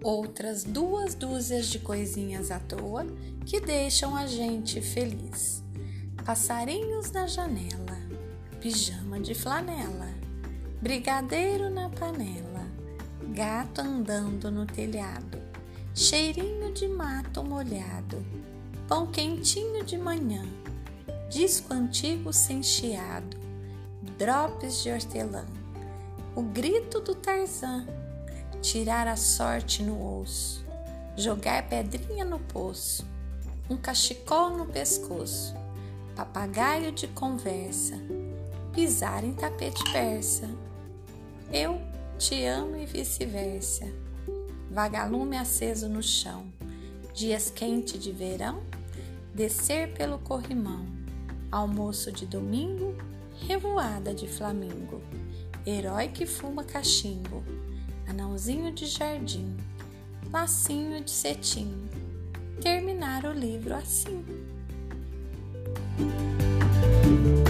outras 2 dúzias de coisinhas à toa que deixam a gente feliz. Passarinhos na janela, pijama de flanela, brigadeiro na panela, gato andando no telhado, cheirinho de mato molhado, pão quentinho de manhã, disco antigo sem chiado, drops de hortelã, o grito do Tarzan, tirar a sorte no osso, jogar pedrinha no poço, um cachecol no pescoço, papagaio de conversa, pisar em tapete persa, eu te amo e vice-versa, vagalume aceso no chão, dias quentes de verão, descer pelo corrimão, almoço de domingo, revoada de flamingo, herói que fuma cachimbo, anãozinho de jardim, lacinho de cetim, terminar o livro assim.